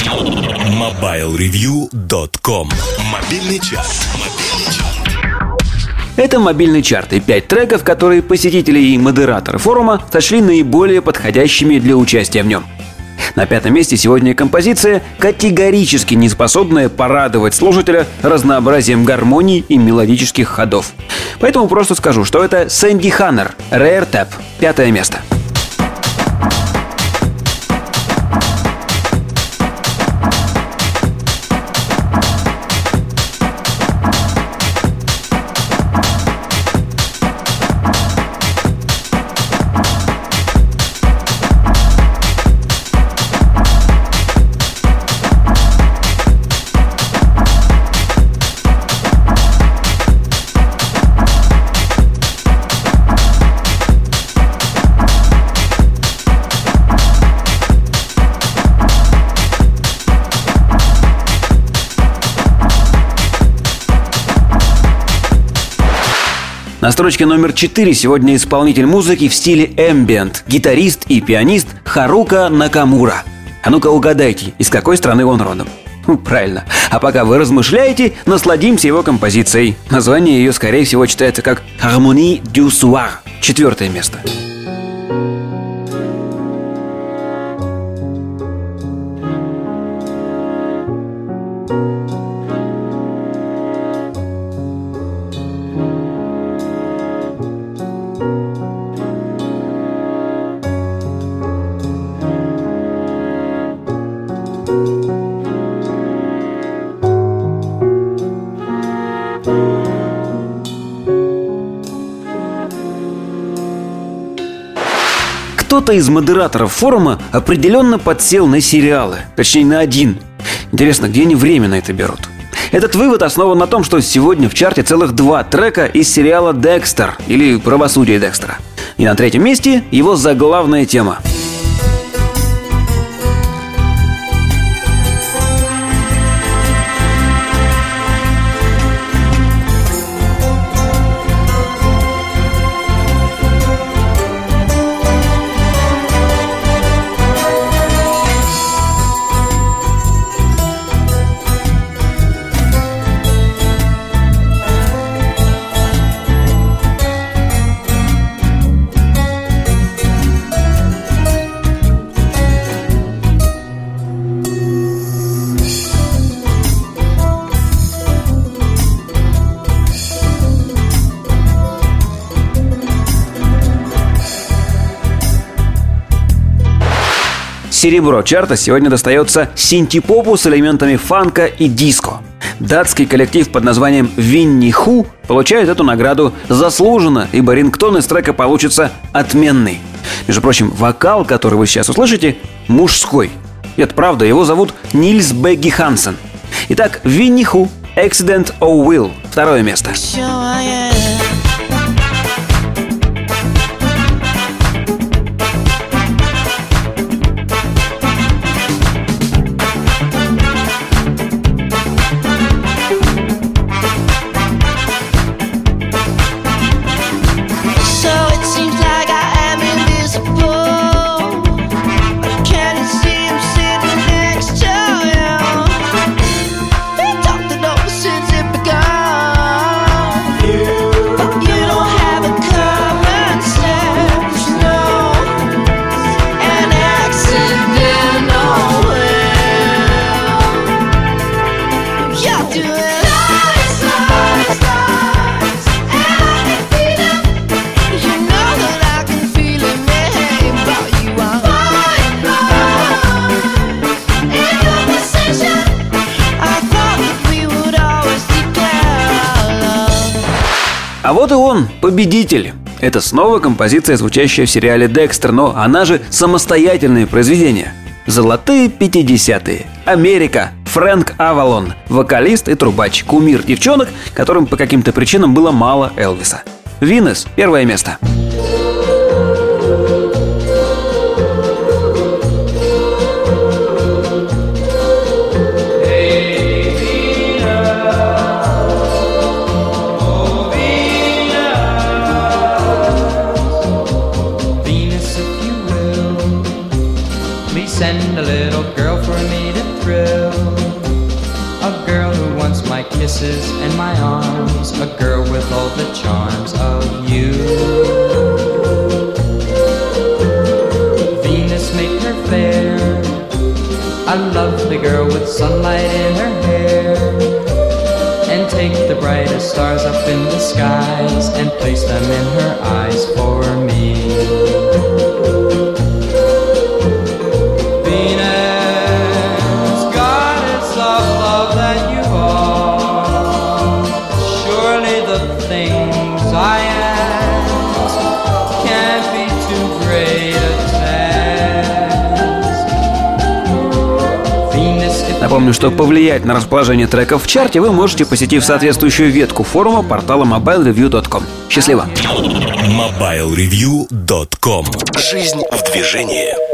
MobileReview.com. Мобильный час. Это мобильный чарт и 5 треков, которые посетители и модераторы форума сочли наиболее подходящими для участия в нем. На 5-м месте сегодня композиция, категорически не способная порадовать слушателя разнообразием гармоний и мелодических ходов. Поэтому просто скажу, что это Сэнди Ханнер, Rare Tap, 5-е место. На строчке номер 4 сегодня исполнитель музыки в стиле эмбиент, гитарист и пианист Харука Накамура. А ну-ка угадайте, из какой страны он родом? Правильно. А пока вы размышляете, насладимся его композицией. Название ее, скорее всего, читается как «Harmonie du soir», 4-е место. Кто-то из модераторов форума определенно подсел на сериалы, точнее на один. Интересно, где они время на это берут? Этот вывод основан на том, что сегодня в чарте целых 2 трека из сериала «Декстер» или «Правосудие Декстера». И на 3-м месте его заглавная тема. Серебро чарта сегодня достается синти-попу с элементами фанка и диско. Датский коллектив под названием Винни Ху получает эту награду заслуженно, ибо рингтон из трека получится отменный. Между прочим, вокал, который вы сейчас услышите, мужской. Это правда, его зовут Нильс Бегги Хансен. Итак, Винни Ху, Accident of Will, 2-е место. А вот и он, победитель. Это снова композиция, звучащая в сериале «Декстер», но она же самостоятельное произведение. Золотые 50-е. Америка. Фрэнк Авалон. Вокалист и трубач. Кумир девчонок, которым по каким-то причинам было мало Элвиса. Винес. 1-е место. Send a little girl for me to thrill. kisses and my arms, a girl with all the charms of you. Venus made her fair. I love the girl with sunlight in her hair. And take the brightest stars up in the skies and place them in her eyes for me. Venus, goddess of love that you are, surely the things I ask can't be too great a task. Venus, Напомню, что повлиять на расположение треков в чарте вы можете, посетив соответствующую ветку форума портала mobilereview.com. Счастливо! mobilereview.com. Жизнь в движении.